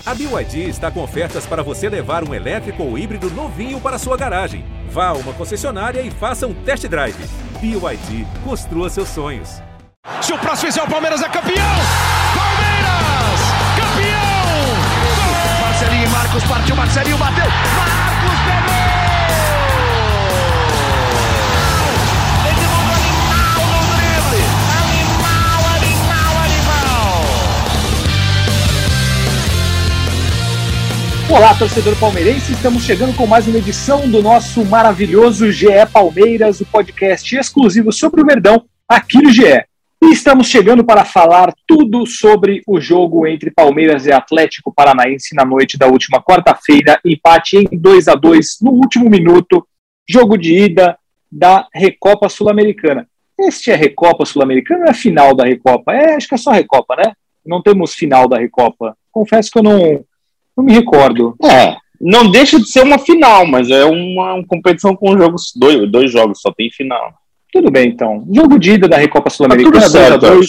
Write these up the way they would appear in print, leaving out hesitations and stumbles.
A BYD está com ofertas para você levar um elétrico ou híbrido novinho para sua garagem. Vá a uma concessionária e faça um test drive. BYD, construa seus sonhos. Se o próximo fizer, o Palmeiras é campeão! Palmeiras! Campeão! Gol! Marcelinho e Marcos, partiu, Marcelinho bateu! Marcos pegou! Edmundo animal no drible! Animal! Olá, torcedor palmeirense, estamos chegando com mais uma edição do nosso maravilhoso GE Palmeiras, o podcast exclusivo sobre o Verdão aqui no GE. E estamos chegando para falar tudo sobre o jogo entre Palmeiras e Atlético Paranaense na noite da última quarta-feira, empate em 2-2 no último minuto, jogo de ida da Recopa Sul-Americana. Este é Recopa Sul-Americana ou é final da Recopa? Acho que é só Recopa, né? Não temos final da Recopa. Confesso que eu não me recordo. Não deixa de ser uma final, mas é uma competição com jogos, dois jogos, só tem final. Tudo bem, então. Jogo de ida da Recopa Sul-Americana, 2-2.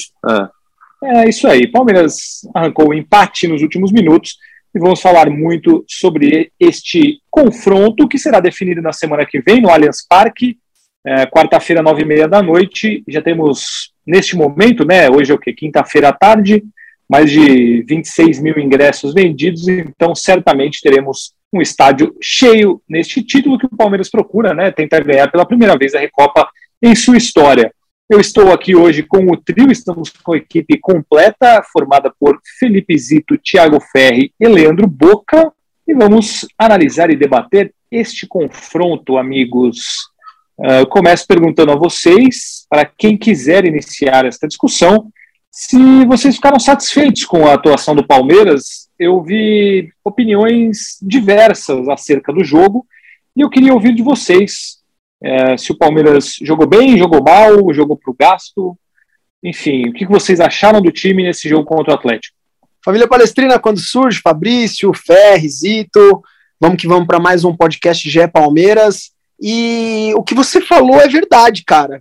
É isso aí. Palmeiras arrancou o empate nos últimos minutos e vamos falar muito sobre este confronto que será definido na semana que vem no Allianz Parque, quarta-feira, 9h30 da noite. Já temos, neste momento, né? Hoje é o quê? Quinta-feira à tarde, mais de 26 mil ingressos vendidos, então certamente teremos um estádio cheio neste título que o Palmeiras procura, né? Tentar ganhar pela primeira vez a Recopa em sua história. Eu estou aqui hoje com o trio, estamos com a equipe completa, formada por Felipe Zito, Thiago Ferri e Leandro Boca, e vamos analisar e debater este confronto, amigos. Eu começo perguntando a vocês, para quem quiser iniciar esta discussão, se vocês ficaram satisfeitos com a atuação do Palmeiras. Eu vi opiniões diversas acerca do jogo, e eu queria ouvir de vocês. Se o Palmeiras jogou bem, jogou mal, jogou para o gasto, enfim, o que vocês acharam do time nesse jogo contra o Atlético? Família Palestrina, quando surge, Fabrício, Ferri, Zito, vamos que vamos para mais um podcast GE Palmeiras, e o que você falou é verdade, cara.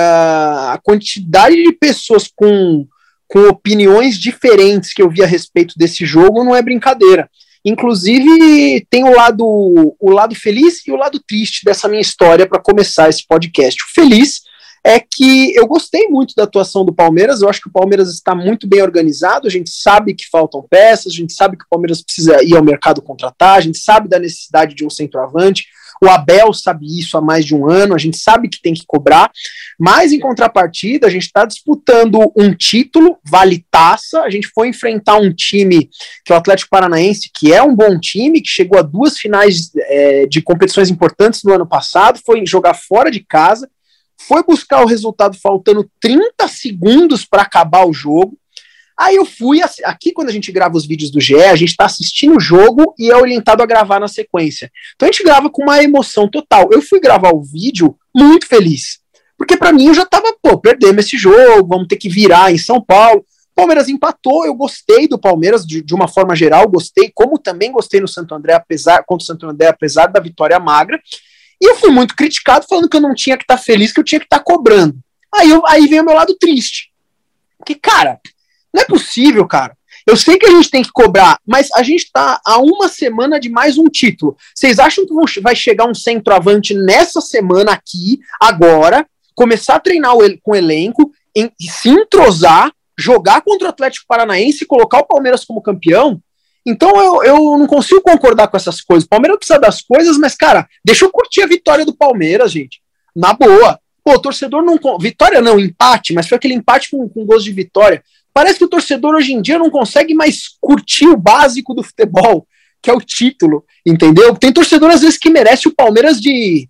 A quantidade de pessoas com opiniões diferentes que eu vi a respeito desse jogo não é brincadeira. Inclusive, tem o lado feliz e o lado triste dessa minha história para começar esse podcast. O feliz é que eu gostei muito da atuação do Palmeiras, eu acho que o Palmeiras está muito bem organizado, a gente sabe que faltam peças, a gente sabe que o Palmeiras precisa ir ao mercado contratar, a gente sabe da necessidade de um centroavante, o Abel sabe isso há mais de um ano, a gente sabe que tem que cobrar, mas em contrapartida a gente está disputando um título, vale taça, a gente foi enfrentar um time que é o Atlético Paranaense, que é um bom time, que chegou a 2 finais de competições importantes no ano passado, foi jogar fora de casa, foi buscar o resultado faltando 30 segundos para acabar o jogo. Aí eu fui, aqui quando a gente grava os vídeos do GE, a gente está assistindo o jogo e é orientado a gravar na sequência. Então a gente grava com uma emoção total. Eu fui gravar o vídeo muito feliz, porque para mim eu já estava, perdemos esse jogo, vamos ter que virar em São Paulo. O Palmeiras empatou, eu gostei do Palmeiras de uma forma geral, gostei, como também gostei no Santo André, contra o Santo André, apesar da vitória magra. E eu fui muito criticado, falando que eu não tinha que estar feliz, que eu tinha que estar cobrando. Aí vem o meu lado triste. Porque, cara, não é possível, cara. Eu sei que a gente tem que cobrar, mas a gente tá a uma semana de mais um título. Vocês acham que vai chegar um centroavante nessa semana aqui, agora, começar a treinar com o elenco, se entrosar, jogar contra o Atlético Paranaense e colocar o Palmeiras como campeão? Então eu não consigo concordar com essas coisas. O Palmeiras precisa das coisas, mas, cara, deixa eu curtir a vitória do Palmeiras, gente. Na boa. O torcedor não... Vitória não, empate, mas foi aquele empate com gols de vitória. Parece que o torcedor hoje em dia não consegue mais curtir o básico do futebol, que é o título, entendeu? Tem torcedor, às vezes, que merece o Palmeiras de...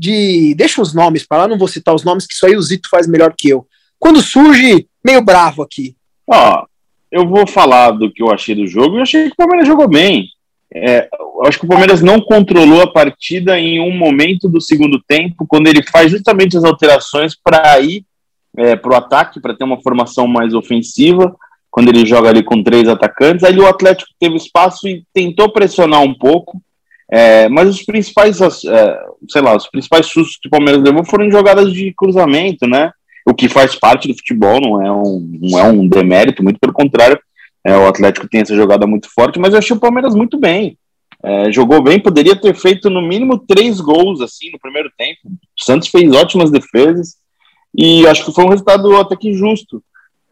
Deixa os nomes pra lá, não vou citar os nomes, que isso aí o Zito faz melhor que eu. Quando surge, meio bravo aqui. Eu vou falar do que eu achei do jogo. Eu achei que o Palmeiras jogou bem. Eu acho que o Palmeiras não controlou a partida em um momento do segundo tempo, quando ele faz justamente as alterações para ir para o ataque, para ter uma formação mais ofensiva, quando ele joga ali com 3 atacantes. Aí o Atlético teve espaço e tentou pressionar um pouco, mas os principais sustos que o Palmeiras levou foram em jogadas de cruzamento, né? O que faz parte do futebol, não é um demérito, muito pelo contrário, o Atlético tem essa jogada muito forte, mas eu achei o Palmeiras muito bem. Jogou bem, poderia ter feito no mínimo 3 gols assim no primeiro tempo. O Santos fez ótimas defesas e acho que foi um resultado até que justo.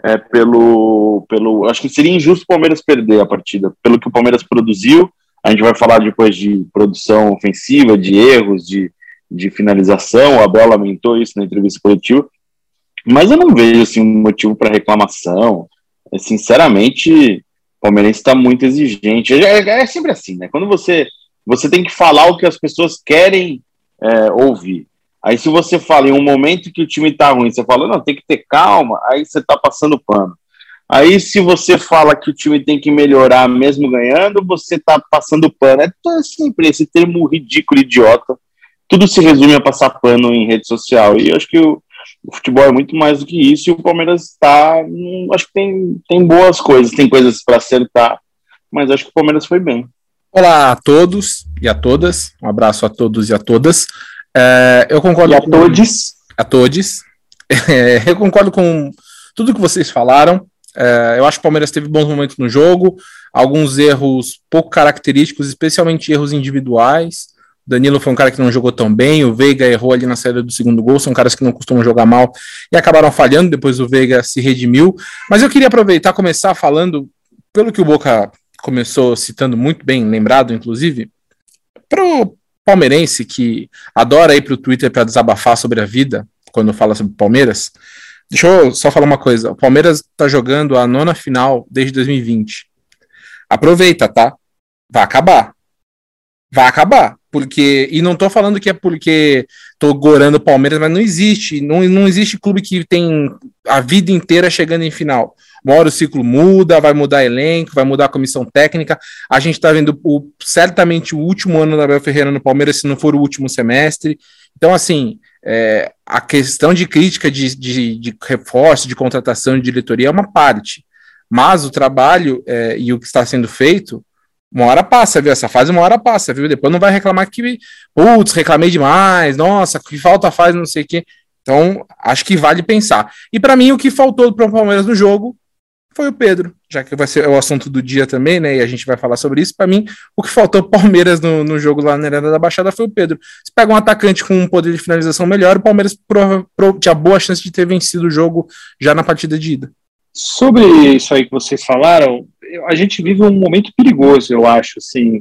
Acho que seria injusto o Palmeiras perder a partida, pelo que o Palmeiras produziu. A gente vai falar depois de produção ofensiva, de erros, de finalização. O Abel lamentou isso na entrevista coletiva, mas eu não vejo assim, um motivo para reclamação. Sinceramente, o palmeirense está muito exigente. É sempre assim, né? Quando você tem que falar o que as pessoas querem ouvir. Aí se você fala em um momento que o time tá ruim, você fala, não, tem que ter calma, aí você tá passando pano. Aí se você fala que o time tem que melhorar mesmo ganhando, você tá passando pano. É sempre esse termo ridículo, idiota. Tudo se resume a passar pano em rede social. E eu acho que o futebol é muito mais do que isso, e o Palmeiras acho que tem boas coisas, tem coisas para acertar, mas acho que o Palmeiras foi bem. Olá a todos e a todas, um abraço a todos e a todas. Eu concordo a todos. A todos. Eu concordo com tudo que vocês falaram. Eu acho que o Palmeiras teve bons momentos no jogo, alguns erros pouco característicos, especialmente erros individuais. Danilo foi um cara que não jogou tão bem, o Veiga errou ali na saída do segundo gol, são caras que não costumam jogar mal e acabaram falhando, depois o Veiga se redimiu. Mas eu queria aproveitar, começar falando, pelo que o Boca começou citando muito bem, lembrado inclusive, para o palmeirense que adora ir para o Twitter para desabafar sobre a vida, quando fala sobre o Palmeiras. Deixa eu só falar uma coisa, o Palmeiras está jogando a 9ª final desde 2020. Aproveita, tá? Vai acabar. E não tô falando que é porque tô gorando o Palmeiras, mas não existe clube que tem a vida inteira chegando em final. Uma hora o ciclo muda, vai mudar elenco, vai mudar a comissão técnica. A gente tá vendo certamente o último ano da Abel Ferreira no Palmeiras, se não for o último semestre. Então, assim, a questão de crítica de reforço, de contratação, de diretoria é uma parte. Mas o trabalho e o que está sendo feito, uma hora passa, viu? Essa fase uma hora passa, viu? Depois não vai reclamar que, reclamei demais, nossa, que falta faz, não sei o quê. Então, acho que vale pensar. E para mim, o que faltou para o Palmeiras no jogo foi o Pedro, já que vai ser o assunto do dia também, né? E a gente vai falar sobre isso. Para mim, o que faltou para o Palmeiras no jogo lá na Arena da Baixada foi o Pedro. Se pega um atacante com um poder de finalização melhor, o Palmeiras tinha boa chance de ter vencido o jogo já na partida de ida. Sobre isso aí que vocês falaram, a gente vive um momento perigoso, eu acho, assim,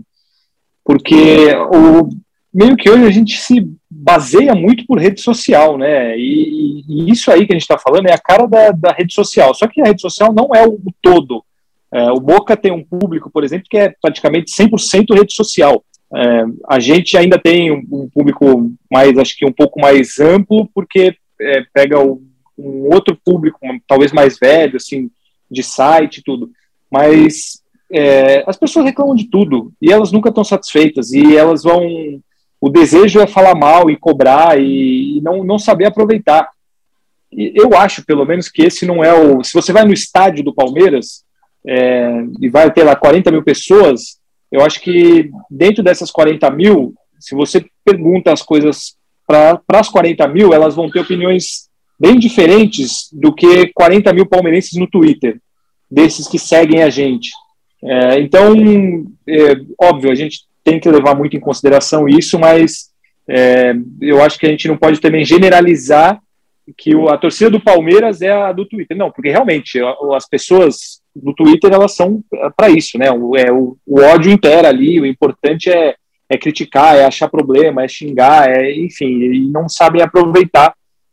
porque meio que hoje a gente se baseia muito por rede social, né, e isso aí que a gente está falando é a cara da rede social, só que a rede social não é o todo. O Boca tem um público, por exemplo, que é praticamente 100% rede social. A gente ainda tem um público mais, acho que um pouco mais amplo, porque pega um outro público, talvez mais velho, assim, de site e tudo, mas as pessoas reclamam de tudo, e elas nunca estão satisfeitas, e elas o desejo é falar mal e cobrar, e não saber aproveitar. E eu acho, pelo menos, que esse não é se você vai no estádio do Palmeiras, e vai ter lá 40 mil pessoas, eu acho que dentro dessas 40 mil, se você pergunta as coisas para as 40 mil, elas vão ter opiniões bem diferentes do que 40 mil palmeirenses no Twitter, desses que seguem a gente. Então, óbvio, a gente tem que levar muito em consideração isso, mas eu acho que a gente não pode também generalizar que a torcida do Palmeiras é a do Twitter. Não, porque realmente as pessoas do Twitter, elas são para isso, né? O ódio impera ali, o importante é criticar, é achar problema, é xingar, enfim, e não sabem aproveitar.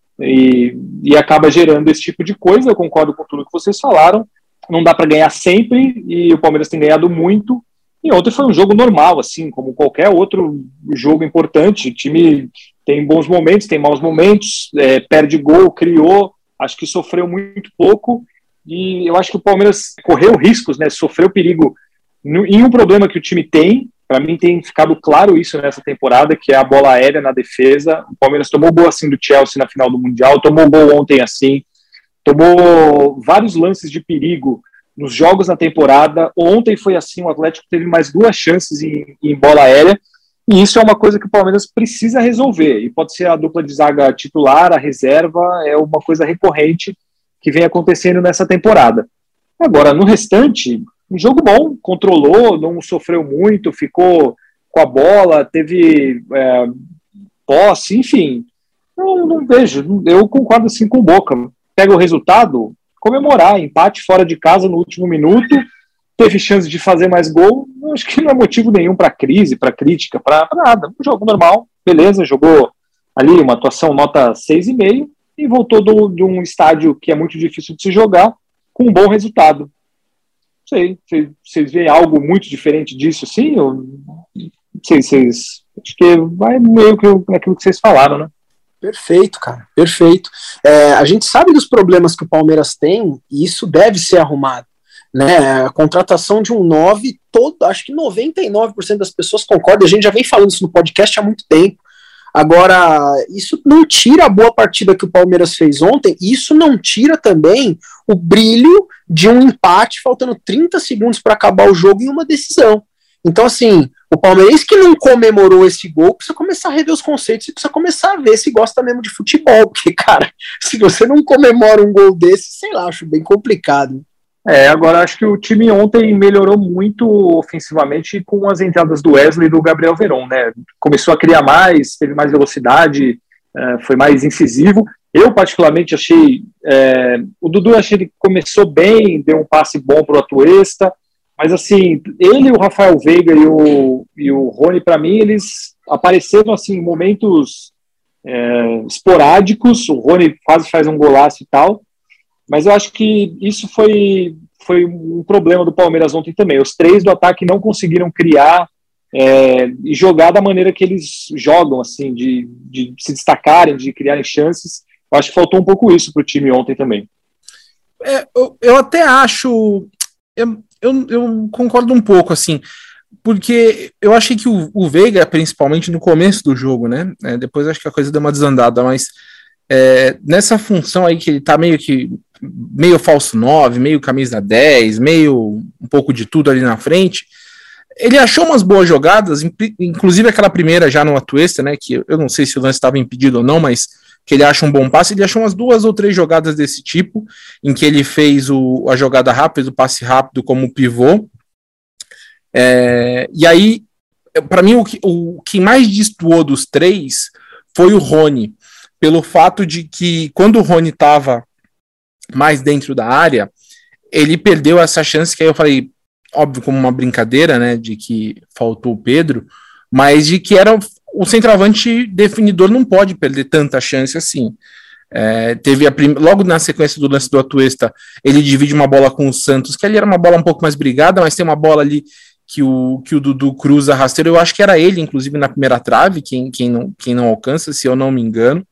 E acaba gerando esse tipo de coisa. Eu concordo com tudo que vocês falaram, não dá para ganhar sempre, e o Palmeiras tem ganhado muito, e ontem foi um jogo normal, assim, como qualquer outro jogo importante. O time tem bons momentos, tem maus momentos, perde gol, criou, acho que sofreu muito pouco, e eu acho que o Palmeiras correu riscos, né, sofreu perigo em um problema que o time tem. Para mim tem ficado claro isso nessa temporada, que é a bola aérea na defesa. O Palmeiras tomou gol assim do Chelsea na final do Mundial, tomou gol ontem assim, tomou vários lances de perigo nos jogos na temporada. Ontem foi assim, o Atlético teve mais 2 chances em bola aérea, e isso é uma coisa que o Palmeiras precisa resolver, e pode ser a dupla de zaga titular, a reserva, é uma coisa recorrente que vem acontecendo nessa temporada. Agora, no restante, um jogo bom, controlou, não sofreu muito, ficou com a bola, teve posse, enfim. Não vejo, eu concordo assim com o Boca. Pega o resultado, comemorar, empate fora de casa no último minuto, teve chance de fazer mais gol, acho que não é motivo nenhum para crise, para crítica, para nada. Um jogo normal, beleza, jogou ali uma atuação nota 6,5 e voltou de um estádio que é muito difícil de se jogar com um bom resultado. Não sei, vocês veem algo muito diferente disso, sim? Não sei, acho que vai meio que naquilo que vocês falaram, né? Perfeito, cara, perfeito. A gente sabe dos problemas que o Palmeiras tem e isso deve ser arrumado, né? A contratação de um 9, acho que 99% das pessoas concordam, a gente já vem falando isso no podcast há muito tempo. Agora, isso não tira a boa partida que o Palmeiras fez ontem, e isso não tira também o brilho de um empate faltando 30 segundos para acabar o jogo em uma decisão. Então, assim, o palmeirense que não comemorou esse gol precisa começar a rever os conceitos e precisa começar a ver se gosta mesmo de futebol, porque, cara, se você não comemora um gol desse, sei lá, acho bem complicado. Agora acho que o time ontem melhorou muito ofensivamente com as entradas do Wesley e do Gabriel Veron, né? Começou a criar mais, teve mais velocidade, foi mais incisivo. Eu particularmente achei, o Dudu achei que começou bem, deu um passe bom para o Atuesta, mas assim, ele, o Rafael Veiga e o Rony, para mim, eles apareceram assim, em momentos esporádicos. O Rony quase faz um golaço e tal, mas eu acho que isso foi um problema do Palmeiras ontem também. Os três do ataque não conseguiram criar e jogar da maneira que eles jogam, assim, de se destacarem, de criarem chances. Eu acho que faltou um pouco isso para o time ontem também. Eu até acho... Eu concordo um pouco, assim, porque eu achei que o Veiga, principalmente no começo do jogo, né? Depois acho que a coisa deu uma desandada, mas nessa função aí que ele tá meio falso 9, meio camisa 10, meio um pouco de tudo ali na frente, ele achou umas boas jogadas, inclusive aquela primeira já no Atuesta, né, que eu não sei se o lance estava impedido ou não, mas que ele acha um bom passe. Ele achou umas 2 ou 3 jogadas desse tipo, em que ele fez a jogada rápida, o passe rápido como pivô, e aí, para mim, o que mais destoou dos 3 foi o Rony, pelo fato de que quando o Rony estava mais dentro da área, ele perdeu essa chance, que aí eu falei, óbvio, como uma brincadeira, né, de que faltou o Pedro, mas de que era o centroavante definidor, não pode perder tanta chance assim. Teve logo na sequência do lance do Atuesta, ele divide uma bola com o Santos, que ali era uma bola um pouco mais brigada, mas tem uma bola ali que o Dudu cruza rasteiro. Eu acho que era ele, inclusive, na primeira trave, quem não alcança, se eu não me engano.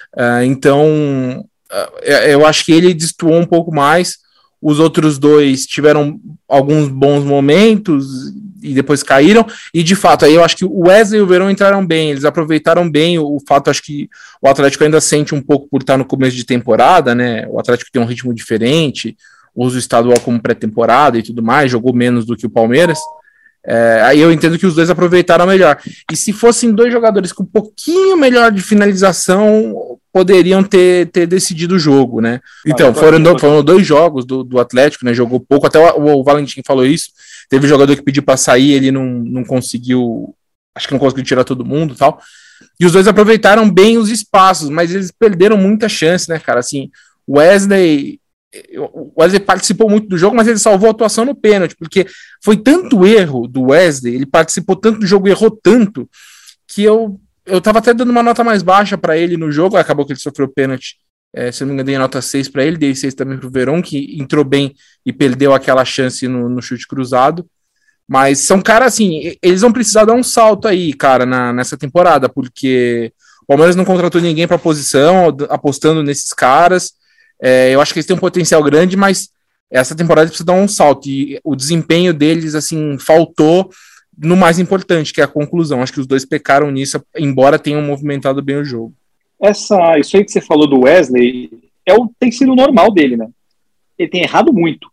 Então, eu acho que ele destoou um pouco mais. Os outros 2 tiveram alguns bons momentos e depois caíram, e de fato, aí eu acho que o Wesley e o Verón entraram bem, eles aproveitaram bem o fato, acho que o Atlético ainda sente um pouco por estar no começo de temporada, né, o Atlético tem um ritmo diferente, usa o estadual como pré-temporada e tudo mais, jogou menos do que o Palmeiras, aí eu entendo que os 2 aproveitaram melhor, e se fossem 2 jogadores com um pouquinho melhor de finalização, poderiam ter decidido o jogo, né? Então, foram 2 jogos do Atlético, né? Jogou pouco, até o Valentim falou isso. Teve jogador que pediu para sair, ele não conseguiu, acho que não conseguiu tirar todo mundo e tal. E os 2 aproveitaram bem os espaços, mas eles perderam muita chance, né, cara? Assim, o Wesley participou muito do jogo, mas ele salvou a atuação no pênalti, porque foi tanto erro do Wesley, ele participou tanto do jogo e errou tanto, que eu tava até dando uma nota mais baixa para ele no jogo, acabou que ele sofreu pênalti, se eu não me engano, dei nota 6 para ele, dei 6 também pro Verón, que entrou bem e perdeu aquela chance no chute cruzado, mas são caras assim, eles vão precisar dar um salto aí, cara, nessa temporada, porque o Palmeiras não contratou ninguém para posição, apostando nesses caras, eu acho que eles têm um potencial grande, mas essa temporada precisa dar um salto, e o desempenho deles, assim, faltou no mais importante, que é a conclusão. Acho que os 2 pecaram nisso, embora tenham movimentado bem o jogo. Isso aí que você falou do Wesley tem sido o normal dele, né? Ele tem errado muito.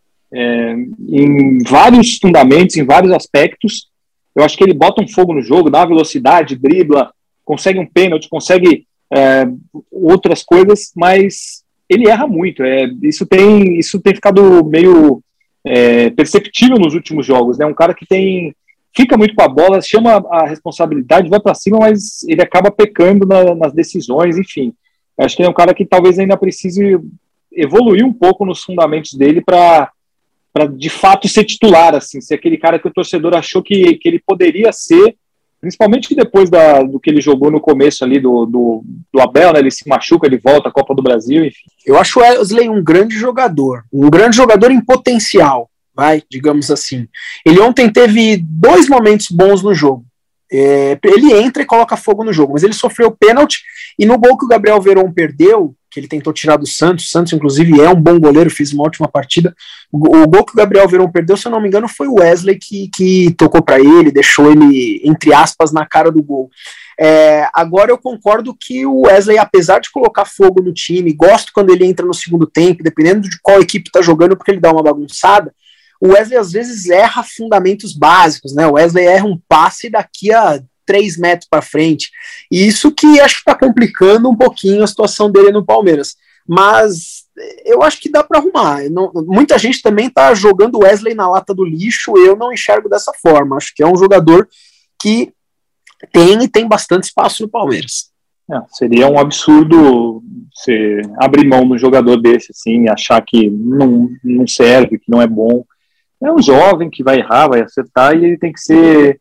Em vários fundamentos, em vários aspectos. Eu acho que ele bota um fogo no jogo, dá uma velocidade, dribla, consegue um pênalti, consegue outras coisas, mas ele erra muito. Isso tem ficado meio perceptível nos últimos jogos, né? Um cara que fica muito com a bola, chama a responsabilidade, vai para cima, mas ele acaba pecando nas decisões, enfim. Acho que ele é um cara que talvez ainda precise evoluir um pouco nos fundamentos dele para de fato ser titular, assim, ser aquele cara que o torcedor achou que ele poderia ser, principalmente depois do que ele jogou no começo ali do Abel, né? Ele se machuca, ele volta à Copa do Brasil, enfim. Eu acho o Wesley um grande jogador em potencial, digamos assim. Ele ontem teve 2 momentos bons no jogo. Ele entra e coloca fogo no jogo, mas ele sofreu pênalti, e no gol que o Gabriel Veron perdeu, que ele tentou tirar do Santos, o Santos inclusive é um bom goleiro, fez uma ótima partida, o gol que o Gabriel Veron perdeu, se eu não me engano, foi o Wesley que tocou para ele, deixou ele, entre aspas, na cara do gol. Agora eu concordo que o Wesley, apesar de colocar fogo no time, gosto quando ele entra no segundo tempo, dependendo de qual equipe está jogando, porque ele dá uma bagunçada. O Wesley às vezes erra fundamentos básicos, né? O Wesley erra um passe daqui a 3 metros para frente, e isso que acho que está complicando um pouquinho a situação dele no Palmeiras, mas eu acho que dá para arrumar. Muita gente também está jogando o Wesley na lata do lixo, eu não enxergo dessa forma, acho que é um jogador que tem bastante espaço no Palmeiras. Seria um absurdo você abrir mão de um jogador desse, assim, achar que não serve, que não é bom. É um jovem que vai errar, vai acertar, e ele tem que ser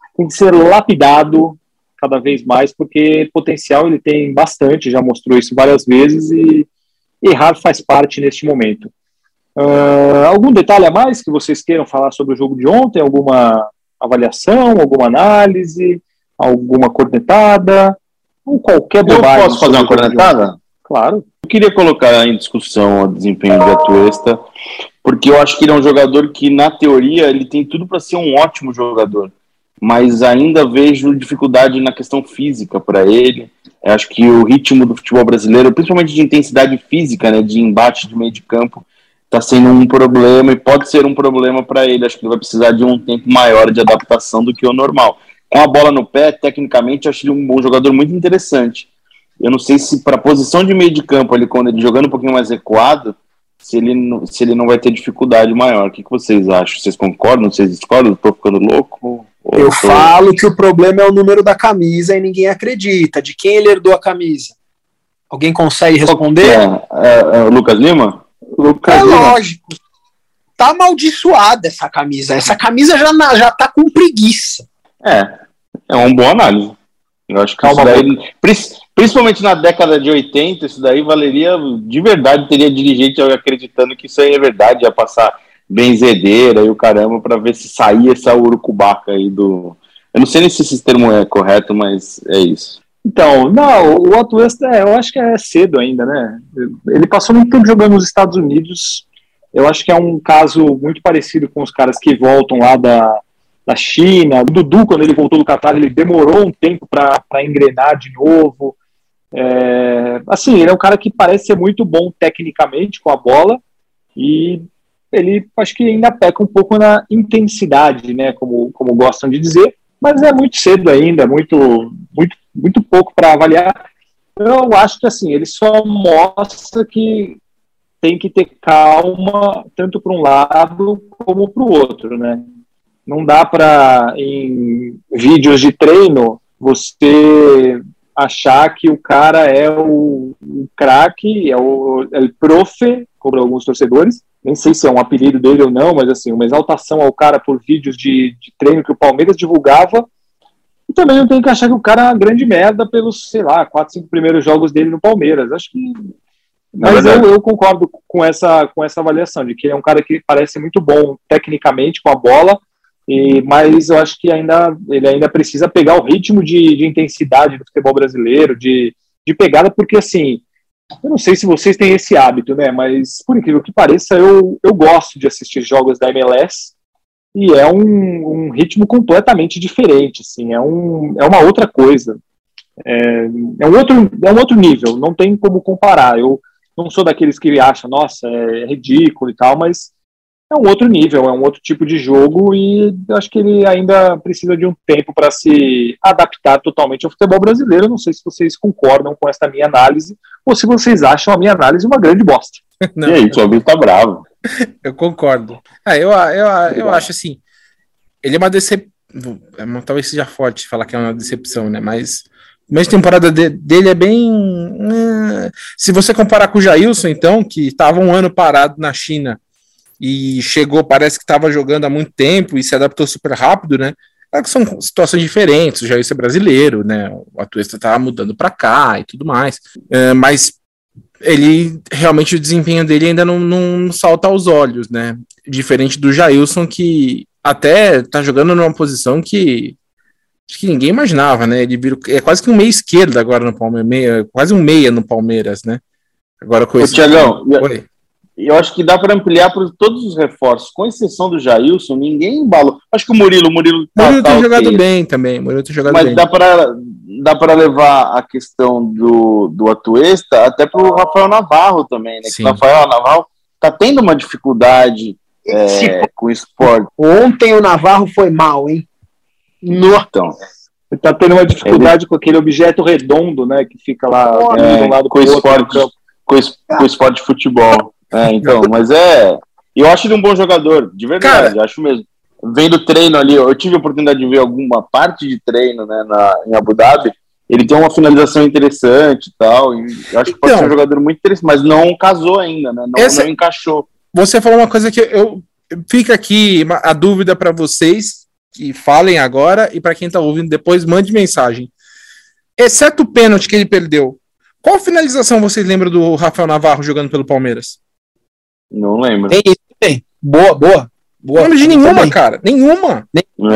lapidado cada vez mais, porque potencial ele tem bastante, já mostrou isso várias vezes, e errar faz parte neste momento. Algum detalhe a mais que vocês queiram falar sobre o jogo de ontem? Alguma avaliação, alguma análise, alguma cornetada, ou qualquer bobagem? Eu posso fazer uma cornetada? Claro. Eu queria colocar em discussão o desempenho de Atuesta, porque eu acho que ele é um jogador que, na teoria, ele tem tudo para ser um ótimo jogador, mas ainda vejo dificuldade na questão física para ele. Eu acho que o ritmo do futebol brasileiro, principalmente de intensidade física, né, de embate de meio de campo, está sendo um problema, e pode ser um problema para ele. Acho que ele vai precisar de um tempo maior de adaptação do que o normal. Com a bola no pé, tecnicamente, eu acho ele um jogador muito interessante. Eu não sei se para a posição de meio de campo, quando ele jogando um pouquinho mais recuado, se ele não vai ter dificuldade maior. O que vocês acham? Vocês concordam? Vocês discordam? Estou ficando louco? Eu falo que o problema é o número da camisa e ninguém acredita. De quem ele herdou a camisa? Alguém consegue responder? O Lucas Lima? Lógico. Tá amaldiçoada essa camisa. Essa camisa já tá com preguiça. É uma boa análise. Eu acho que principalmente na década de 80, isso daí valeria de verdade, teria dirigente acreditando que isso aí é verdade, ia passar benzedeira e o caramba para ver se saía essa urucubaca aí do... Eu não sei nem se esse termo é correto, mas é isso. Então, o Atuesta, eu acho que é cedo ainda, né? Ele passou muito tempo jogando nos Estados Unidos. Eu acho que é um caso muito parecido com os caras que voltam lá da China. O Dudu, quando ele voltou do Catar, ele demorou um tempo para engrenar de novo. Assim, ele é um cara que parece ser muito bom tecnicamente com a bola, e ele acho que ainda peca um pouco na intensidade, né, como gostam de dizer, mas é muito cedo ainda, muito pouco para avaliar. Eu acho que assim, ele só mostra que tem que ter calma tanto para um lado como para o outro, né? Não dá para, em vídeos de treino, você achar que o cara é o craque, é o profe, como alguns torcedores. Nem sei se é um apelido dele ou não, mas assim, uma exaltação ao cara por vídeos de treino que o Palmeiras divulgava. E também não tem que achar que o cara é uma grande merda pelos, 4, 5 primeiros jogos dele no Palmeiras. Acho que... Mas eu concordo com essa avaliação, de que é um cara que parece muito bom tecnicamente com a bola, mas eu acho que ele ainda precisa pegar o ritmo de intensidade do futebol brasileiro, de pegada, porque assim, eu não sei se vocês têm esse hábito, né, mas por incrível que pareça, eu gosto de assistir jogos da MLS, e é um ritmo completamente diferente, assim, é uma outra coisa, é um outro nível, não tem como comparar. Eu não sou daqueles que acham, nossa, é ridículo e tal, mas é um outro nível, é um outro tipo de jogo, e eu acho que ele ainda precisa de um tempo para se adaptar totalmente ao futebol brasileiro. Não sei se vocês concordam com essa minha análise, ou se vocês acham a minha análise uma grande bosta. Não, e aí, o Fabrício tá bravo. Eu concordo. Eu acho assim, ele é uma decepção, talvez seja forte falar que é uma decepção, né? Mas a temporada dele é bem... Se você comparar com o Jailson, então, que estava um ano parado na China e chegou, parece que estava jogando há muito tempo e se adaptou super rápido, né? Claro que são situações diferentes, o Jailson é brasileiro, né? O Atuesta tá mudando para cá e tudo mais, mas ele, realmente, o desempenho dele ainda não salta aos olhos, né? Diferente do Jailson, que até tá jogando numa posição que acho que ninguém imaginava, né? Ele é quase que um meia esquerda agora no Palmeiras, quase um meia no Palmeiras, né? Agora com esse... Thiagão, eu acho que dá para ampliar para todos os reforços, com exceção do Jailson, ninguém embalou. Acho que o Murilo tem jogado bem também, mas dá para levar a questão do Atuesta até para o Rafael Navarro também, né? Que o Rafael Navarro tá tendo uma dificuldade com o esporte. Ontem o Navarro foi mal, hein? Então, ele tá tendo uma dificuldade com aquele objeto redondo, né? Que fica lá de um lado com o esporte de futebol. Então, mas eu acho ele um bom jogador, de verdade, cara, acho mesmo. Vendo treino ali, eu tive a oportunidade de ver alguma parte de treino, né, em Abu Dhabi. Ele tem uma finalização interessante e tal. E eu acho que pode ser um jogador muito interessante, mas não casou ainda, né? Não encaixou. Você falou uma coisa que fica aqui a dúvida para vocês que falem agora e para quem tá ouvindo depois, mande mensagem. Exceto o pênalti que ele perdeu, qual finalização vocês lembram do Rafael Navarro jogando pelo Palmeiras? Não lembro. Tem. Boa. Não lembro de nenhuma, também. Cara. Nenhuma.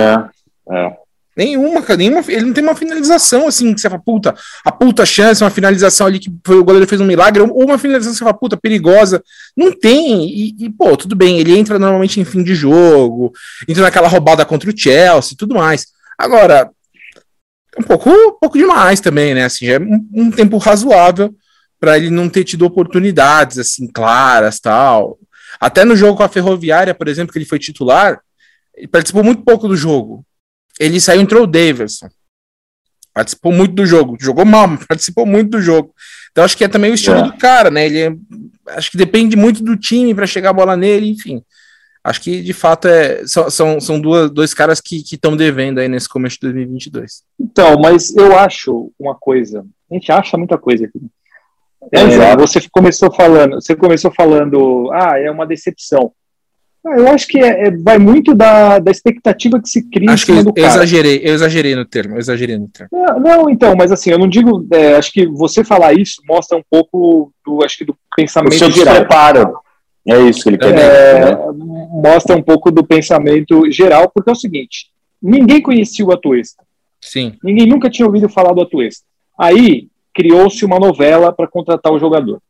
Nenhuma, cara. Ele não tem uma finalização assim que você fala, a puta chance, uma finalização ali que o goleiro fez um milagre, ou uma finalização que você fala, perigosa. Não tem. Pô, tudo bem, ele entra normalmente em fim de jogo, entra naquela roubada contra o Chelsea e tudo mais. Agora, um pouco demais também, né? Assim, já é um tempo razoável para ele não ter tido oportunidades assim claras, tal. Até no jogo com a Ferroviária, por exemplo, que ele foi titular, ele participou muito pouco do jogo. Ele saiu e entrou o Daverson. Participou muito do jogo. Jogou mal, mas participou muito do jogo. Então acho que é também o estilo do cara, né? Acho que depende muito do time para chegar a bola nele, enfim. Acho que, de fato, são dois caras que estão devendo aí nesse começo de 2022. Então, mas eu acho uma coisa. A gente acha muita coisa aqui. Você começou falando, é uma decepção. Eu acho que vai muito da expectativa que se cria. Acho que eu exagerei no termo. Não, então, mas assim, eu não digo. Acho que você falar isso mostra um pouco do pensamento geral. Preparo. É isso que ele quer dizer. Né? Mostra um pouco do pensamento geral, porque é o seguinte: ninguém conhecia o Atuesta. Sim. Ninguém nunca tinha ouvido falar do Atuesta. Aí criou-se uma novela para contratar o jogador.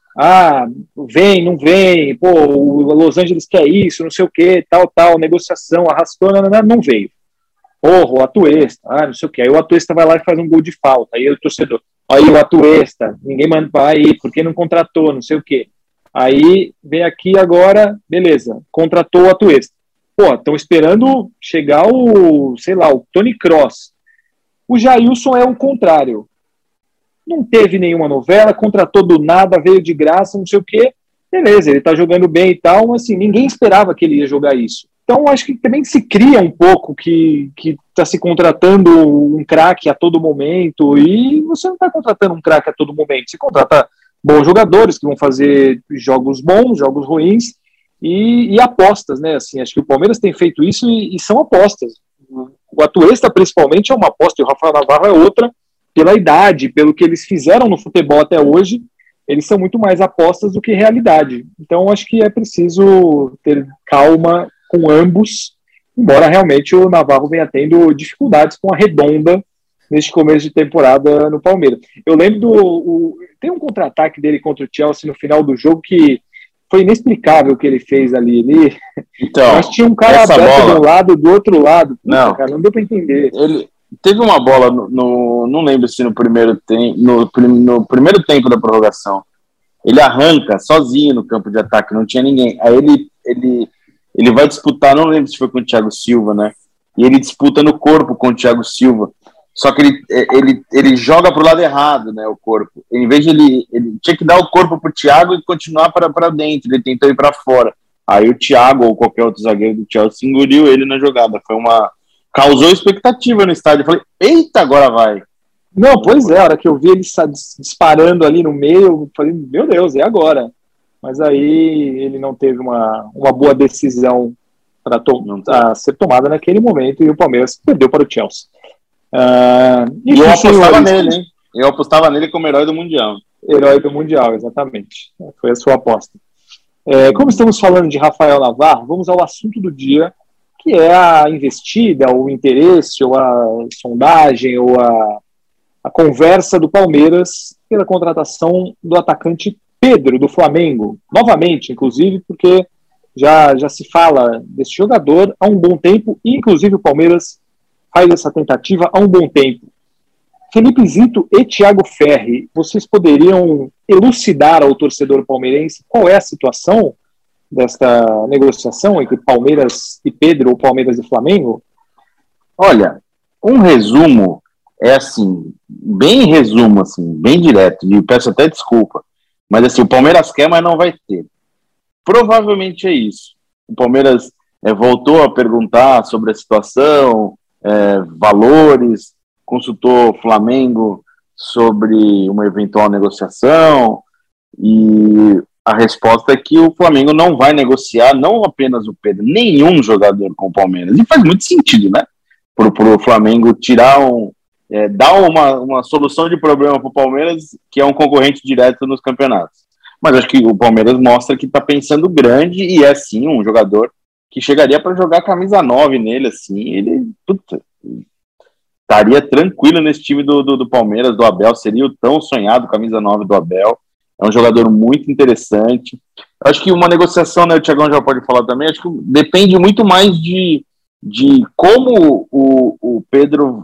Vem, não vem, o Los Angeles quer isso, não sei o que, tal, negociação, arrastou, não veio. O Atuesta, não sei o que. Aí o Atuesta vai lá e faz um gol de falta. Aí o torcedor, aí o Atuesta, ninguém manda para aí, por que não contratou, não sei o que. Aí vem aqui agora, beleza, contratou o Atuesta. Estão esperando chegar o Tony Kroos. O Jailson é o contrário. Não teve nenhuma novela, contratou do nada, veio de graça, não sei o quê. Beleza, ele tá jogando bem e tal, mas assim, ninguém esperava que ele ia jogar isso. Então, acho que também se cria um pouco que tá se contratando um craque a todo momento, e você não tá contratando um craque a todo momento, você contrata bons jogadores que vão fazer jogos bons, jogos ruins, e apostas, né? Assim, acho que o Palmeiras tem feito isso e são apostas. O Atuesta, principalmente, é uma aposta, e o Rafael Navarro é outra, pela idade, pelo que eles fizeram no futebol até hoje, eles são muito mais apostas do que realidade. Então, acho que é preciso ter calma com ambos, embora realmente o Navarro venha tendo dificuldades com a redonda neste começo de temporada no Palmeiras. Eu lembro tem um contra-ataque dele contra o Chelsea no final do jogo que foi inexplicável o que ele fez ali. Então, mas tinha um cara aberto de um lado, do outro lado. Não, cara, não deu para entender. Teve uma bola, não lembro se no primeiro tempo da prorrogação, ele arranca sozinho no campo de ataque, não tinha ninguém. Aí ele vai disputar, não lembro se foi com o Thiago Silva, né? E ele disputa no corpo com o Thiago Silva. Só que ele joga pro lado errado, né, o corpo. Em vez de ele tinha que dar o corpo pro Thiago e continuar para dentro, ele tentou ir para fora. Aí o Thiago ou qualquer outro zagueiro do Chelsea engoliu ele na jogada. Causou expectativa no estádio. Eu falei, eita, agora vai. Não, pois é, a hora que eu vi ele disparando ali no meio, eu falei, meu Deus, é agora. Mas aí ele não teve uma boa decisão para ser tomada naquele momento e o Palmeiras perdeu para o Chelsea. E eu apostava nele, hein? Eu apostava nele como herói do Mundial. Herói do Mundial, exatamente. Foi a sua aposta. Como estamos falando de Rafael Navarro, vamos ao assunto do dia, que é a investida, o interesse, ou a sondagem, ou a conversa do Palmeiras pela contratação do atacante Pedro, do Flamengo. Novamente, inclusive, porque já se fala desse jogador há um bom tempo, e inclusive o Palmeiras faz essa tentativa há um bom tempo. Felipe Zito e Thiago Ferri, vocês poderiam elucidar ao torcedor palmeirense qual é a situação desta negociação entre Palmeiras e Pedro ou Palmeiras e Flamengo? Olha, um resumo é assim, bem resumo, assim, bem direto, e peço até desculpa, mas assim, o Palmeiras quer, mas não vai ter. Provavelmente é isso. O Palmeiras voltou a perguntar sobre a situação, valores, consultou o Flamengo sobre uma eventual negociação, e a resposta é que o Flamengo não vai negociar, não apenas o Pedro, nenhum jogador com o Palmeiras. E faz muito sentido, né? Para o Flamengo tirar dar uma solução de problema para o Palmeiras, que é um concorrente direto nos campeonatos. Mas acho que o Palmeiras mostra que está pensando grande e é sim um jogador que chegaria para jogar camisa 9 nele, assim, ele estaria tranquilo nesse time do Palmeiras, do Abel, seria o tão sonhado camisa 9 do Abel. É um jogador muito interessante. Acho que uma negociação, né, o Thiagão já pode falar também, acho que depende muito mais de como o Pedro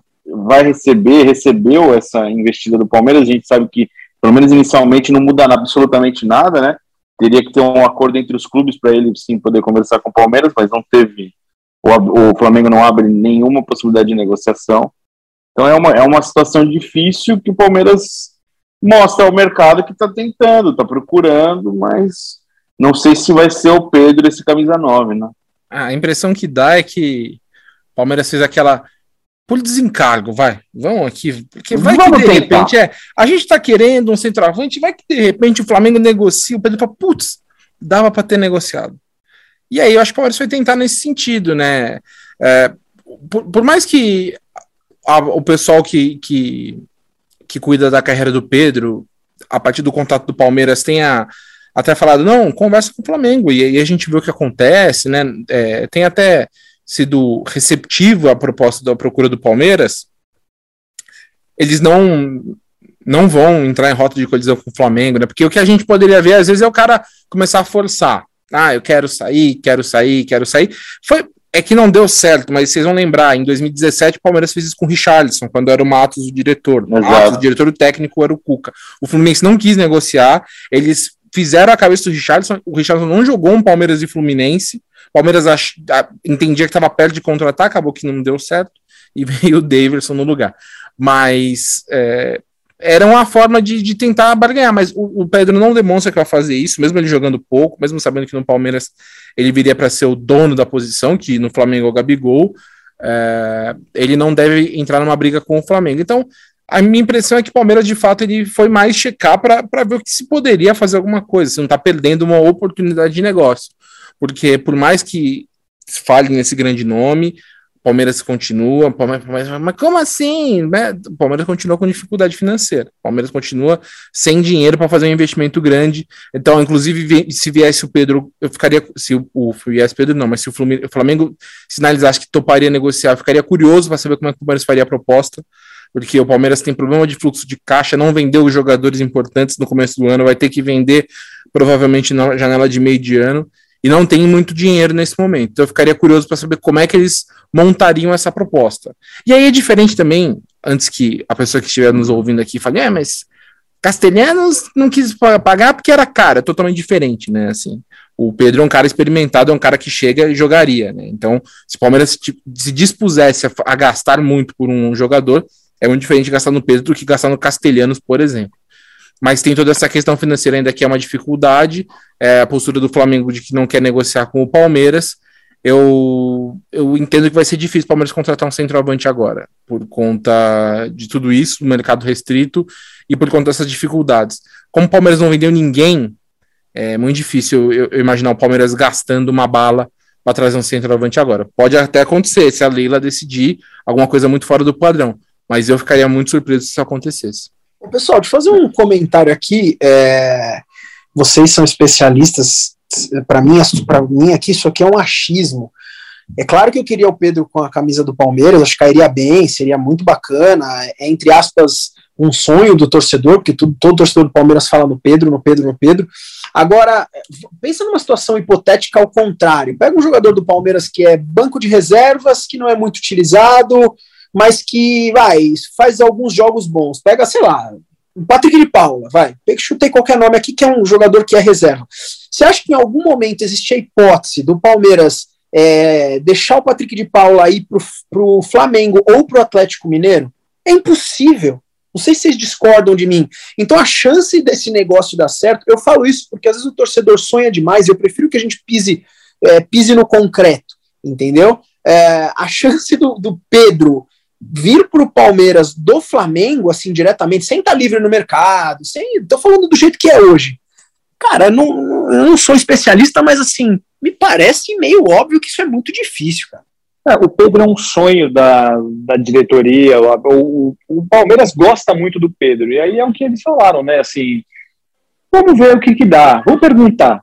recebeu essa investida do Palmeiras. A gente sabe que, pelo menos inicialmente, não muda absolutamente nada, né? Teria que ter um acordo entre os clubes para ele, sim, poder conversar com o Palmeiras, mas não teve. O Flamengo não abre nenhuma possibilidade de negociação. Então é uma situação difícil que o Palmeiras mostra ao mercado que está tentando, está procurando, mas não sei se vai ser o Pedro esse camisa 9, né? A impressão que dá é que o Palmeiras fez aquela por desencargo, vamos aqui, porque vai que de repente a gente está querendo um centroavante, vai que de repente o Flamengo negocia, o Pedro fala, putz, dava para ter negociado. E aí eu acho que o Palmeiras foi tentar nesse sentido, né? Por mais que o pessoal que cuida da carreira do Pedro, a partir do contato do Palmeiras, tenha até falado, não, conversa com o Flamengo, e aí a gente vê o que acontece, né? Tem até sido receptivo à proposta da procura do Palmeiras. Eles não vão entrar em rota de colisão com o Flamengo, né? Porque o que a gente poderia ver, às vezes, é o cara começar a forçar. Eu quero sair. É que não deu certo, mas vocês vão lembrar, em 2017 o Palmeiras fez isso com o Richarlison, quando era o Matos o diretor. O diretor técnico era o Cuca. O Fluminense não quis negociar, eles fizeram a cabeça do Richarlison, o Richarlison não jogou um Palmeiras e Fluminense, o Palmeiras entendia que estava perto de contratar, acabou que não deu certo, e veio o Daverson no lugar. Mas era uma forma de tentar barganhar, mas o Pedro não demonstra que vai fazer isso, mesmo ele jogando pouco, mesmo sabendo que no Palmeiras ele viria para ser o dono da posição, que no Flamengo é o Gabigol, ele não deve entrar numa briga com o Flamengo. Então, a minha impressão é que o Palmeiras, de fato, ele foi mais checar para ver o que se poderia fazer alguma coisa, se não está perdendo uma oportunidade de negócio. Porque por mais que fale nesse grande nome, o Palmeiras continua, mas como assim? O Palmeiras continua com dificuldade financeira, o Palmeiras continua sem dinheiro para fazer um investimento grande. Então, inclusive, se viesse o Pedro, eu ficaria, se viesse Pedro não, mas se o Flamengo sinalizasse que toparia negociar, eu ficaria curioso para saber como é que o Palmeiras faria a proposta, porque o Palmeiras tem problema de fluxo de caixa, não vendeu os jogadores importantes no começo do ano, vai ter que vender provavelmente na janela de meio de ano, e não tem muito dinheiro nesse momento. Então eu ficaria curioso para saber como é que eles montariam essa proposta. E aí é diferente também, antes que a pessoa que estiver nos ouvindo aqui fale, mas Castelhanos não quis pagar porque era caro, é totalmente diferente, né? Assim, o Pedro é um cara experimentado, é um cara que chega e jogaria, né? Então, se o Palmeiras se dispusesse a gastar muito por um jogador, É muito diferente gastar no Pedro do que gastar no Castelhanos, por exemplo. Mas tem toda essa questão financeira ainda que é uma dificuldade, a postura do Flamengo de que não quer negociar com o Palmeiras. Eu entendo que vai ser difícil o Palmeiras contratar um centroavante agora, por conta de tudo isso, do mercado restrito e por conta dessas dificuldades. Como o Palmeiras não vendeu ninguém, é muito difícil eu imaginar o Palmeiras gastando uma bala para trazer um centroavante agora. Pode até acontecer se a Leila decidir alguma coisa muito fora do padrão, mas eu ficaria muito surpreso se isso acontecesse. Pessoal, deixa eu fazer um comentário aqui. Vocês são especialistas. Para mim aqui, isso aqui é um achismo. É claro que eu queria o Pedro com a camisa do Palmeiras, acho que cairia bem, seria muito bacana. É, entre aspas, um sonho do torcedor, porque todo torcedor do Palmeiras fala no Pedro. Agora, pensa numa situação hipotética ao contrário. Pega um jogador do Palmeiras que é banco de reservas, que não é muito utilizado, mas que faz alguns jogos bons. Pega, sei lá, o Patrick de Paula, chutei qualquer nome aqui, que é um jogador que é reserva. Você acha que em algum momento existe a hipótese do Palmeiras deixar o Patrick de Paula ir pro Flamengo ou pro Atlético Mineiro? É impossível. Não sei se vocês discordam de mim. Então a chance desse negócio dar certo, eu falo isso porque às vezes o torcedor sonha demais, eu prefiro que a gente pise no concreto, entendeu? A chance do Pedro vir pro Palmeiras do Flamengo, assim, diretamente, sem estar livre no mercado, tô falando do jeito que é hoje. Cara, eu não sou especialista, mas assim, me parece meio óbvio que isso é muito difícil, cara. O Pedro é um sonho da diretoria, o Palmeiras gosta muito do Pedro, e aí é o que eles falaram, né, assim, vamos ver o que dá, vou perguntar,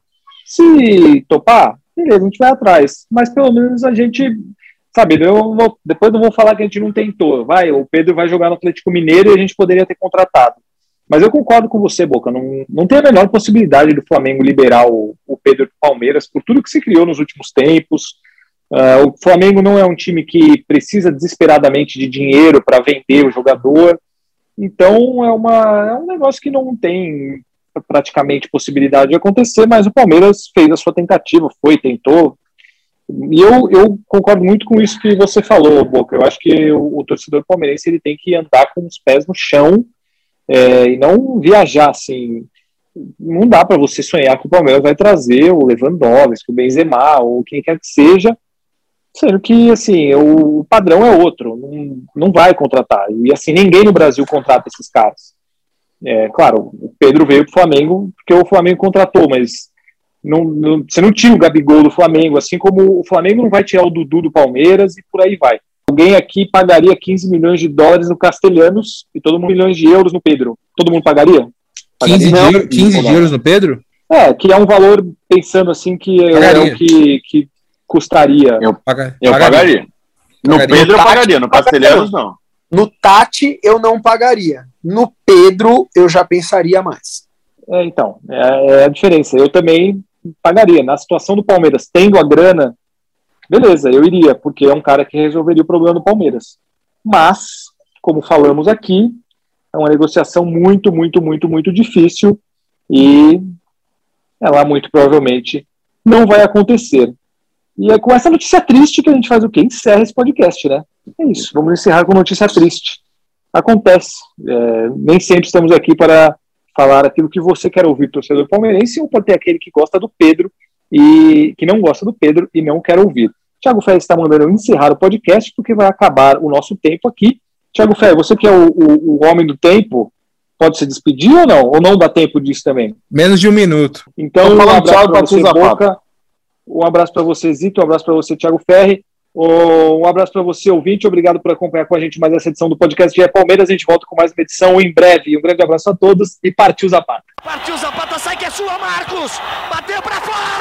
se topar, beleza, a gente vai atrás, mas pelo menos a gente, sabe, depois não vou falar que a gente não tentou, o Pedro vai jogar no Atlético Mineiro e a gente poderia ter contratado, mas eu concordo com você, Boca, não tem a menor possibilidade do Flamengo liberar o Pedro do Palmeiras, por tudo que se criou nos últimos tempos. O Flamengo não é um time que precisa desesperadamente de dinheiro para vender o jogador, então é um negócio que não tem praticamente possibilidade de acontecer, mas o Palmeiras fez a sua tentativa, tentou, e eu concordo muito com isso que você falou, Boca. Eu acho que o torcedor palmeirense ele tem que andar com os pés no chão e não viajar assim. Não dá para você sonhar que o Palmeiras vai trazer o Lewandowski, o Benzema ou quem quer que seja, sendo que, assim, o padrão é outro, não vai contratar. E, assim, ninguém no Brasil contrata esses caras. Claro, o Pedro veio pro Flamengo porque o Flamengo contratou, mas você não tira o Gabigol do Flamengo, assim como o Flamengo não vai tirar o Dudu do Palmeiras e por aí vai. Alguém aqui pagaria 15 milhões de dólares no Castelhanos e todo mundo milhões de euros no Pedro. Todo mundo pagaria? 15 de euros no Pedro? Que é um valor, pensando assim, que é o que custaria. Eu pagaria. No Pedro eu pagaria, no Castelhanos não. No Tati eu não pagaria. No Pedro eu já pensaria mais. Então, é a diferença. Eu também pagaria. Na situação do Palmeiras, tendo a grana, beleza, eu iria, porque é um cara que resolveria o problema do Palmeiras. Mas, como falamos aqui, é uma negociação muito, muito, muito, muito difícil e ela muito provavelmente não vai acontecer. E é com essa notícia triste que a gente faz o quê? Encerra esse podcast, né? É isso, vamos encerrar com notícia triste. Acontece. Nem sempre estamos aqui para falar aquilo que você quer ouvir, torcedor palmeirense, ou pode ter aquele que gosta do Pedro e que não gosta do Pedro e não quer ouvir. Thiago Ferri está mandando eu encerrar o podcast porque vai acabar o nosso tempo aqui. Thiago Ferri, você que é o homem do tempo, pode se despedir ou não? Ou não dá tempo disso também? Menos de um minuto. Então, um abraço para você, Boca. Um abraço para você, Zito. Um abraço para você, Thiago Ferri. Um abraço para você, ouvinte. Obrigado por acompanhar com a gente mais essa edição do podcast GE Palmeiras. A gente volta com mais uma edição em breve. Um grande abraço a todos e partiu Zapata. Partiu Zapata, sai que é sua, Marcos! Bateu para fora!